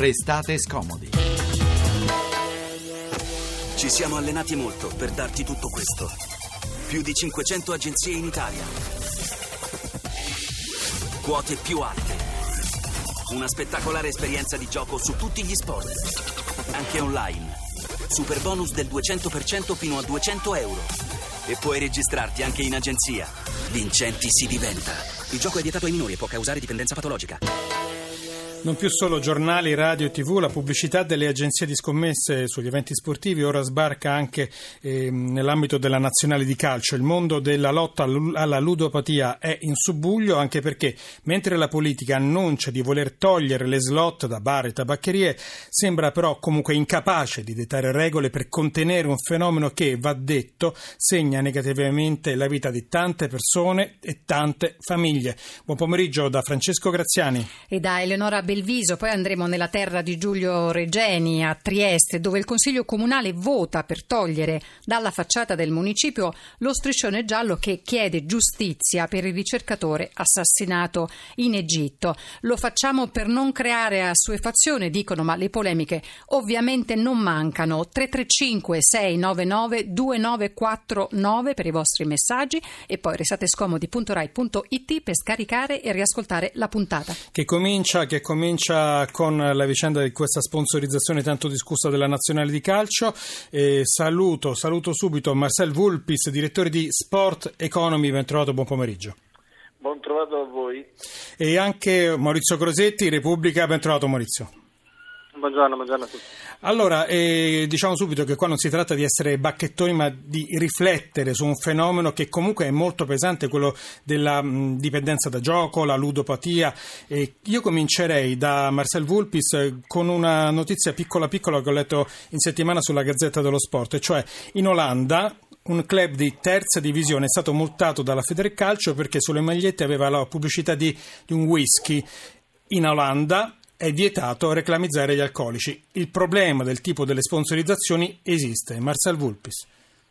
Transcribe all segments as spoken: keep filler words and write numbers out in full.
Restate scomodi. Ci siamo allenati molto per darti tutto questo. Più di cinquecento agenzie in Italia. Quote più alte. Una spettacolare esperienza di gioco su tutti gli sport. Anche online. Super bonus del duecento per cento fino a duecento euro. E puoi registrarti anche in agenzia. Vincenti si diventa. Il gioco è vietato ai minori e può causare dipendenza patologica. Non più solo giornali, radio e tv, la pubblicità delle agenzie di scommesse sugli eventi sportivi ora sbarca anche eh, nell'ambito della nazionale di calcio. Il mondo della lotta alla ludopatia è in subbuglio, anche perché mentre la politica annuncia di voler togliere le slot da bar e tabaccherie, sembra però comunque incapace di dettare regole per contenere un fenomeno che, va detto, segna negativamente la vita di tante persone e tante famiglie. Buon pomeriggio da Francesco Graziani e da Eleonora Belviso. Poi andremo nella terra di Giulio Regeni a Trieste, dove il Consiglio Comunale vota per togliere dalla facciata del municipio lo striscione giallo che chiede giustizia per il ricercatore assassinato in Egitto. Lo facciamo per non creare assuefazione, dicono, ma le polemiche ovviamente non mancano. tre tre cinque sei nove nove due nove quattro nove per i vostri messaggi e poi restatescomodi punto rai punto it per scaricare e riascoltare la puntata. Che comincia, che comincia Comincia con la vicenda di questa sponsorizzazione tanto discussa della nazionale di calcio. E saluto, saluto subito Marcel Vulpis, direttore di Sport Economy. Ben trovato, buon pomeriggio. Buon trovato a voi. E anche Maurizio Crosetti, Repubblica. Ben trovato, Maurizio. Buongiorno, buongiorno a tutti. Allora, eh, diciamo subito che qua non si tratta di essere bacchettoni, ma di riflettere su un fenomeno che comunque è molto pesante, quello della mh, dipendenza da gioco, la ludopatia. E io comincerei da Marcel Vulpis eh, con una notizia piccola piccola che ho letto in settimana sulla Gazzetta dello Sport, e cioè in Olanda un club di terza divisione è stato multato dalla Federcalcio perché sulle magliette aveva la pubblicità di, di un whisky. In Olanda è vietato reclamizzare gli alcolici. Il problema del tipo delle sponsorizzazioni esiste. Marcel Vulpis.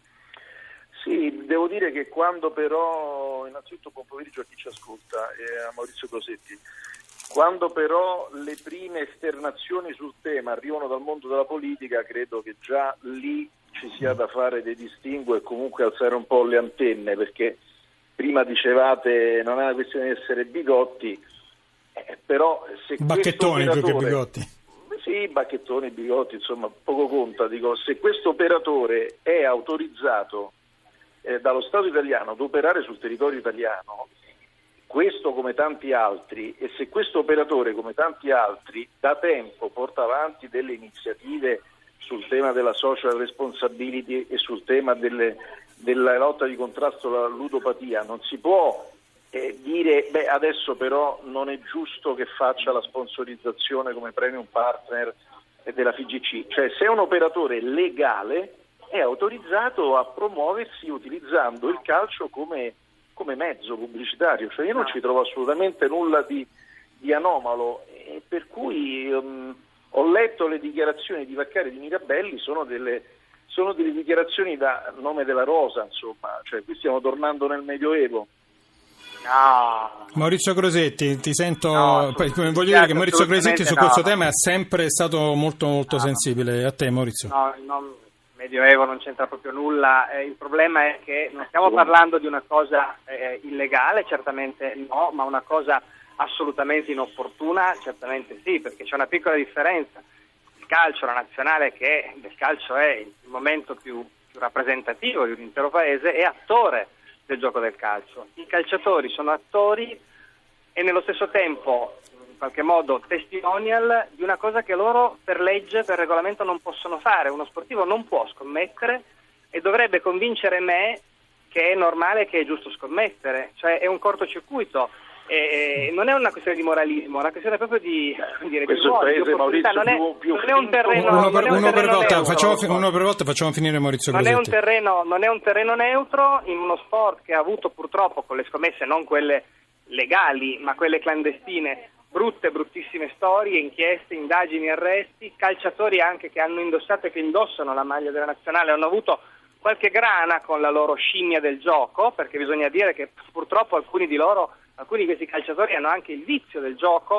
Sì, devo dire che quando però, innanzitutto buon pomeriggio a chi ci ascolta e a Maurizio Crosetti, quando però le prime esternazioni sul tema arrivano dal mondo della politica, credo che già lì ci sia da fare dei distinguo e comunque alzare un po' le antenne, perché prima dicevate non è una questione di essere bigotti, Eh, però se bacchettoni più che bigotti. Sì, bacchettoni, bigotti, insomma, poco conta. Dico, se questo operatore è autorizzato eh, dallo Stato italiano ad operare sul territorio italiano, questo come tanti altri, e se questo operatore come tanti altri da tempo porta avanti delle iniziative sul tema della social responsibility e sul tema delle, della lotta di contrasto alla ludopatia, non si può Eh, dire, beh, adesso però non è giusto che faccia la sponsorizzazione come premium partner della F I G C. Cioè, se è un operatore legale è autorizzato a promuoversi utilizzando il calcio come, come mezzo pubblicitario. Cioè, io non ci trovo assolutamente nulla di, di anomalo, e per cui um, ho letto le dichiarazioni di Vaccari e di Mirabelli, sono delle, sono delle dichiarazioni da nome della rosa, insomma, cioè qui stiamo tornando nel Medioevo. No. Maurizio Crosetti, ti sento. No, poi, voglio dire che Maurizio Crosetti su questo no, tema è sempre stato molto molto no, sensibile. A te, Maurizio. No, no, Medioevo non c'entra proprio nulla. Eh, il problema è che non stiamo parlando di una cosa eh, illegale, certamente no, ma una cosa assolutamente inopportuna, certamente sì, perché c'è una piccola differenza. Il calcio, la nazionale, che del calcio è il momento più, più rappresentativo di un intero paese, è attore del gioco del calcio. I calciatori sono attori e nello stesso tempo in qualche modo testimonial di una cosa che loro per legge, per regolamento non possono fare. Uno sportivo non può scommettere e dovrebbe convincere me che è normale, che è giusto scommettere, cioè è un cortocircuito. E non è una questione di moralismo, è una questione proprio di, dire, di ruolo, di opportunità. Non è, più, non è un terreno, uno per, non è un uno terreno per volta, neutro. facciamo, uno per volta facciamo finire Maurizio Crosetti. Non è un terreno, non è un terreno neutro in uno sport che ha avuto purtroppo con le scommesse, non quelle legali, ma quelle clandestine, brutte, bruttissime storie, inchieste, indagini, arresti, calciatori anche che hanno indossato e che indossano la maglia della nazionale hanno avuto qualche grana con la loro scimmia del gioco, perché bisogna dire che purtroppo alcuni di loro, alcuni di questi calciatori hanno anche il vizio del gioco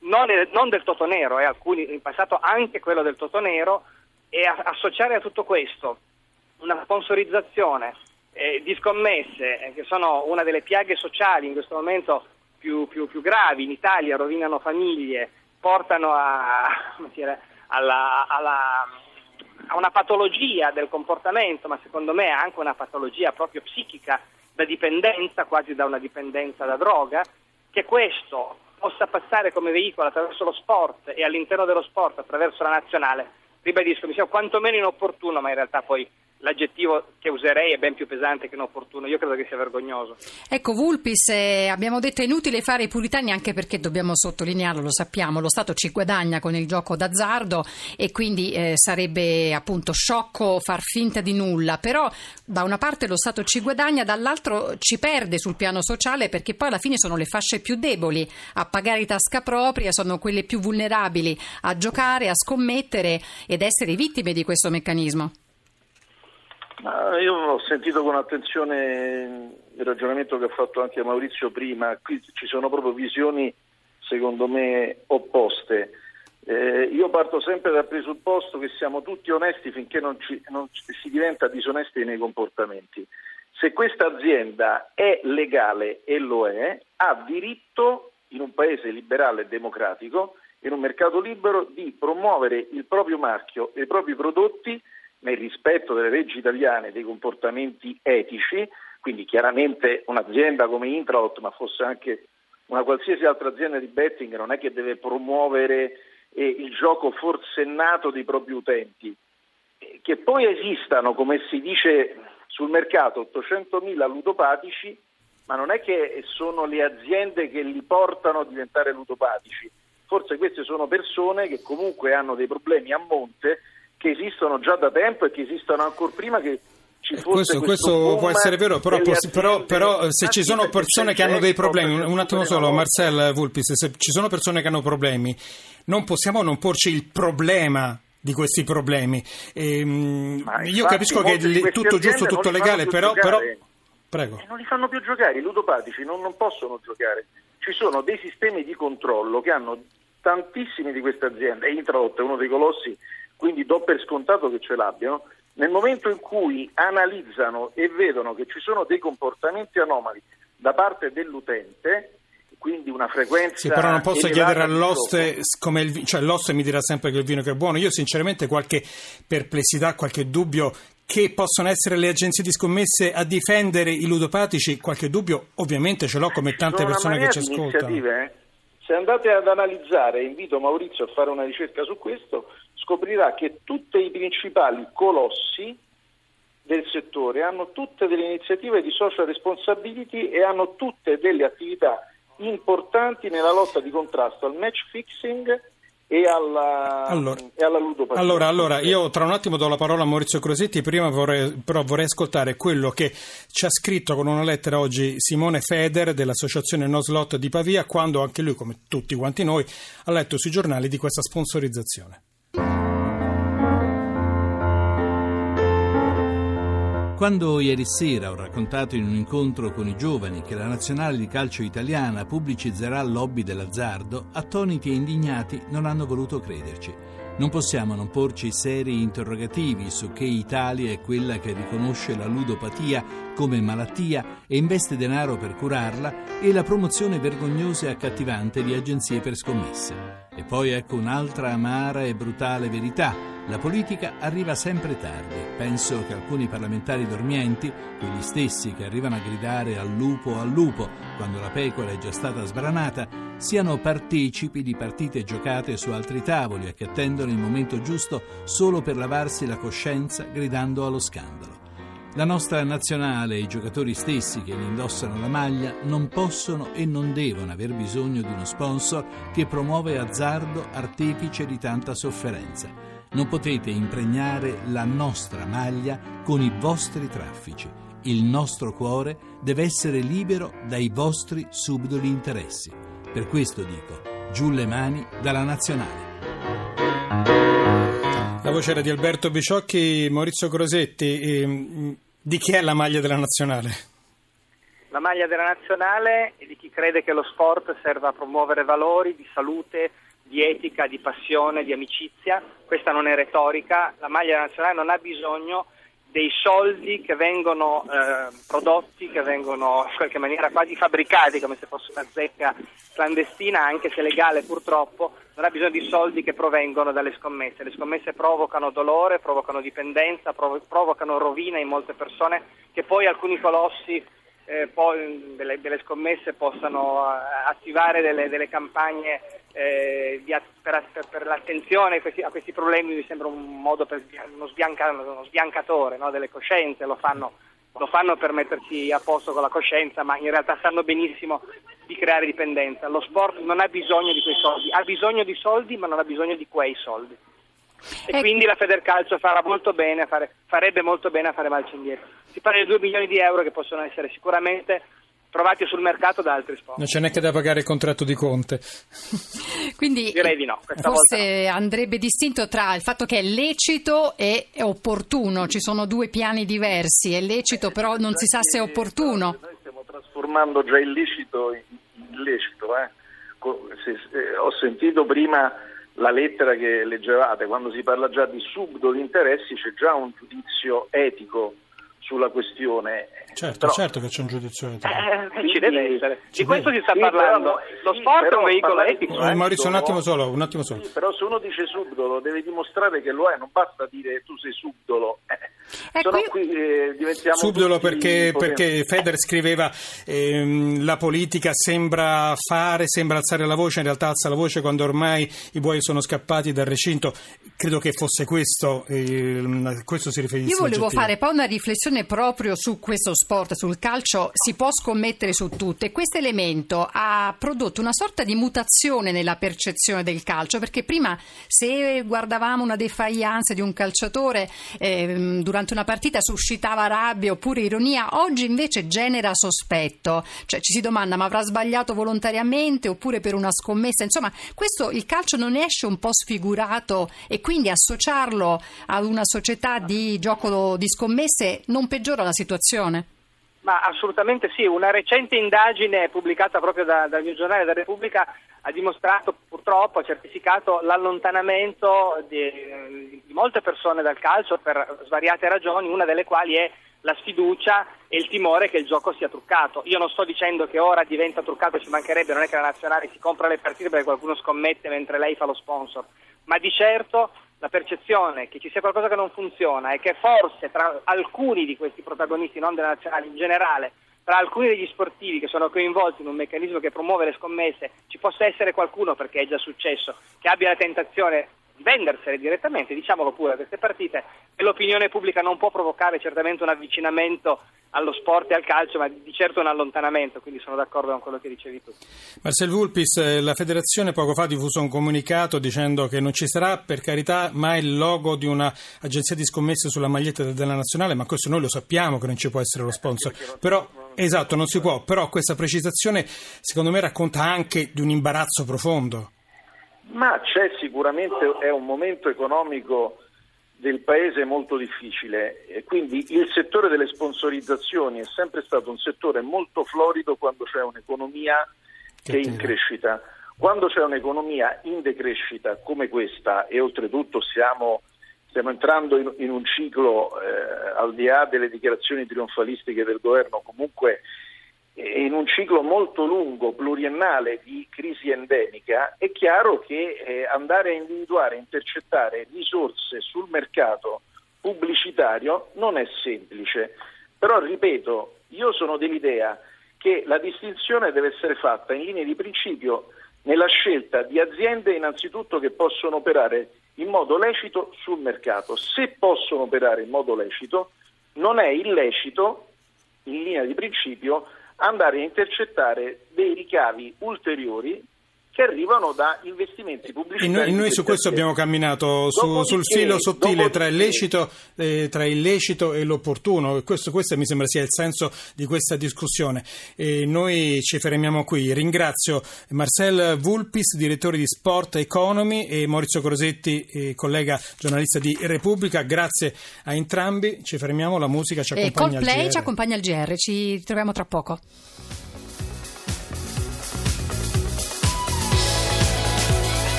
non, non del Totonero, eh, alcuni in passato anche quello del Totonero, e a, associare a tutto questo una sponsorizzazione eh, di scommesse eh, che sono una delle piaghe sociali in questo momento più, più, più gravi in Italia, rovinano famiglie, portano a, come dire, alla, alla, a una patologia del comportamento, ma secondo me anche una patologia proprio psichica, da dipendenza, quasi da una dipendenza da droga, che questo possa passare come veicolo attraverso lo sport e all'interno dello sport attraverso la nazionale, ribadisco, mi sembra quantomeno inopportuno, ma in realtà poi l'aggettivo che userei è ben più pesante che inopportuno. Io credo che sia vergognoso. Ecco, Vulpis, eh, abbiamo detto è inutile fare i puritani, anche perché dobbiamo sottolinearlo, lo sappiamo, lo Stato ci guadagna con il gioco d'azzardo e quindi eh, sarebbe appunto sciocco far finta di nulla, però da una parte lo Stato ci guadagna, dall'altro ci perde sul piano sociale, perché poi alla fine sono le fasce più deboli a pagare in tasca propria, sono quelle più vulnerabili a giocare, a scommettere ed essere vittime di questo meccanismo. Ma io ho sentito con attenzione il ragionamento che ha fatto anche Maurizio prima. Qui ci sono proprio visioni secondo me opposte. Eh, io parto sempre dal presupposto che siamo tutti onesti finché non, ci, non si diventa disonesti nei comportamenti. Se questa azienda è legale, e lo è, ha diritto in un paese liberale e democratico, in un mercato libero, di promuovere il proprio marchio e i propri prodotti nel rispetto delle leggi italiane e dei comportamenti etici. Quindi chiaramente un'azienda come Intralot, ma fosse anche una qualsiasi altra azienda di betting, non è che deve promuovere eh, il gioco forsennato dei propri utenti. Che poi esistano, come si dice sul mercato, ottocentomila ludopatici, ma non è che sono le aziende che li portano a diventare ludopatici. Forse queste sono persone che comunque hanno dei problemi a monte, che esistono già da tempo e che esistono ancora prima che ci fosse questo, questo può essere vero, però, però, però se ci sono persone che hanno dei problemi, un attimo solo, Marcel Vulpis, se ci sono persone che hanno problemi, non possiamo non porci il problema di questi problemi. Ehm, io capisco che è tutto giusto, tutto legale, però, però prego. Eh, non li fanno più giocare, i ludopatici non, non possono giocare. Ci sono dei sistemi di controllo che hanno tantissime di queste aziende, e Intralot è uno dei colossi, quindi do per scontato che ce l'abbiano. Nel momento in cui analizzano e vedono che ci sono dei comportamenti anomali da parte dell'utente, quindi una frequenza. Sì, però non posso chiedere all'oste come il, cioè l'oste mi dirà sempre che il vino che è buono. Io sinceramente qualche perplessità, qualche dubbio che possono essere le agenzie di scommesse a difendere i ludopatici, qualche dubbio ovviamente ce l'ho, come tante persone che ci ascoltano. Eh? Se andate ad analizzare, invito Maurizio a fare una ricerca su questo, scoprirà che tutti i principali colossi del settore hanno tutte delle iniziative di social responsibility e hanno tutte delle attività importanti nella lotta di contrasto al match fixing e alla, allora, e alla ludopatia. Allora, allora, io tra un attimo do la parola a Maurizio Crosetti, prima vorrei, però vorrei ascoltare quello che ci ha scritto con una lettera oggi Simone Feder dell'associazione No Slot di Pavia, quando anche lui, come tutti quanti noi, ha letto sui giornali di questa sponsorizzazione. Quando ieri sera ho raccontato in un incontro con i giovani che la nazionale di calcio italiana pubblicizzerà il lobby dell'azzardo, attoniti e indignati non hanno voluto crederci. Non possiamo non porci seri interrogativi su che Italia è quella che riconosce la ludopatia come malattia e investe denaro per curarla, e la promozione vergognosa e accattivante di agenzie per scommesse. E poi ecco un'altra amara e brutale verità: la politica arriva sempre tardi. Penso che alcuni parlamentari dormienti, quegli stessi che arrivano a gridare al lupo al lupo quando la pecora è già stata sbranata, siano partecipi di partite giocate su altri tavoli e che attendono il momento giusto solo per lavarsi la coscienza gridando allo scandalo. La nostra nazionale e i giocatori stessi che ne indossano la maglia non possono e non devono aver bisogno di uno sponsor che promuove azzardo artefice di tanta sofferenza. Non potete impregnare la nostra maglia con i vostri traffici. Il nostro cuore deve essere libero dai vostri subdoli interessi. Per questo dico, giù le mani dalla nazionale. La voce era di Alberto Biciocchi. Maurizio Crosetti, eh, di chi è la maglia della nazionale? la maglia della nazionale è di chi crede che lo sport serva a promuovere valori di salute, di etica, di passione, di amicizia. Questa non è retorica, la maglia della nazionale non ha bisogno dei soldi che vengono eh, prodotti, che vengono in qualche maniera quasi fabbricati come se fosse una zecca clandestina, anche se legale purtroppo. Non ha bisogno di soldi che provengono dalle scommesse. Le scommesse provocano dolore, provocano dipendenza, prov- provocano rovina in molte persone, che poi alcuni colossi eh, poi delle, delle scommesse possano uh, attivare delle, delle campagne eh, di, per, per, per l'attenzione a questi, a questi problemi. Mi sembra un modo per uno, sbianca, uno sbiancatore, no, delle coscienze. Lo fanno, lo fanno per metterci a posto con la coscienza, ma in realtà sanno benissimo di creare dipendenza. Lo sport non ha bisogno di quei soldi, ha bisogno di soldi ma non ha bisogno di quei soldi. E ecco. Quindi la Federcalcio farà molto bene, fare, farebbe molto bene a fare marcia indietro. Si parla di due milioni di euro che possono essere sicuramente trovati sul mercato da altri sport. Non c'è neanche da pagare il contratto di Conte. Quindi direi di no. Forse no. Andrebbe distinto tra il fatto che è lecito e è opportuno. Ci sono due piani diversi. È lecito, eh, però non si sa se è opportuno. Noi stiamo trasformando già il lecito in illecito. Eh. Se, eh, ho sentito prima la lettera che leggevate, quando si parla già di subdolo di interessi c'è già un giudizio etico sulla questione. Certo, però, certo che c'è un giudizio etico. Eh, ci deve essere. Di questo deve. si sta sì, parlando. Però, Lo sport sì, è un veicolo etico. Eh, Maurizio, un attimo solo, un attimo solo. Sì, però se uno dice subdolo deve dimostrare che lo è, non basta dire tu sei subdolo. Eh. Eh, Sennò qui... qui eh, diventiamo subdolo tutti perché, potenti. perché Feder scriveva ehm, la politica sembra fare, sembra alzare la voce, in realtà alza la voce quando ormai i buoi sono scappati dal recinto. Credo che fosse questo, ehm, questo si riferisce. Io volevo fare poi una riflessione proprio su questo sport, sul calcio. Si può scommettere su tutto e questo elemento ha prodotto una sorta di mutazione nella percezione del calcio, perché prima se guardavamo una defiance di un calciatore ehm, durante una partita suscitava rabbia oppure ironia, oggi invece genera sospetto, cioè ci si domanda ma avrà sbagliato volontariamente oppure per una scommessa. Insomma, questo il calcio non esce un po' sfigurato e quindi associarlo ad una società di gioco di scommesse non peggiora la situazione? Ma assolutamente sì, una recente indagine pubblicata proprio da, dal mio giornale della Repubblica ha dimostrato, purtroppo, ha certificato l'allontanamento di, di molte persone dal calcio per svariate ragioni, una delle quali è la sfiducia e il timore che il gioco sia truccato. Io non sto dicendo che ora diventa truccato, ci mancherebbe, non è che la nazionale si compra le partite perché qualcuno scommette mentre lei fa lo sponsor, ma di certo la percezione che ci sia qualcosa che non funziona e che forse tra alcuni di questi protagonisti, non della nazionale in generale, tra alcuni degli sportivi che sono coinvolti in un meccanismo che promuove le scommesse, ci possa essere qualcuno, perché è già successo, che abbia la tentazione di vendersele direttamente, diciamolo pure, queste partite, e l'opinione pubblica non può provocare certamente un avvicinamento allo sport e al calcio, ma di certo un allontanamento, quindi sono d'accordo con quello che dicevi tu. Marcel Vulpis, la federazione poco fa ha diffuso un comunicato dicendo che non ci sarà per carità mai il logo di una agenzia di scommesse sulla maglietta della nazionale, ma questo noi lo sappiamo che non ci può essere lo sponsor, però esatto, non si può, però questa precisazione secondo me racconta anche di un imbarazzo profondo. Ma c'è sicuramente, è un momento economico del paese molto difficile e quindi il settore delle sponsorizzazioni è sempre stato un settore molto florido quando c'è un'economia che è in crescita. Quando c'è un'economia in decrescita come questa e oltretutto siamo, stiamo entrando in, in un ciclo eh, al di là delle dichiarazioni trionfalistiche del governo, comunque in un ciclo molto lungo, pluriennale di crisi endemica, è chiaro che eh, andare a individuare, intercettare risorse sul mercato pubblicitario non è semplice. Però, ripeto, io sono dell'idea che la distinzione deve essere fatta in linea di principio nella scelta di aziende innanzitutto che possono operare in modo lecito sul mercato. Se possono operare in modo lecito, non è illecito, in linea di principio, andare a intercettare dei ricavi ulteriori che arrivano da investimenti pubblicitari. E noi, e noi su questo abbiamo camminato su, sul filo sottile tra illecito, eh, tra illecito e l'opportuno. Questo, questo mi sembra sia il senso di questa discussione. E noi ci fermiamo qui. Ringrazio Marcel Vulpis, direttore di Sport Economy, e Maurizio Crosetti, eh, collega giornalista di Repubblica. Grazie a entrambi. Ci fermiamo, la musica ci accompagna al G R. Coldplay ci accompagna al G R. Ci troviamo tra poco.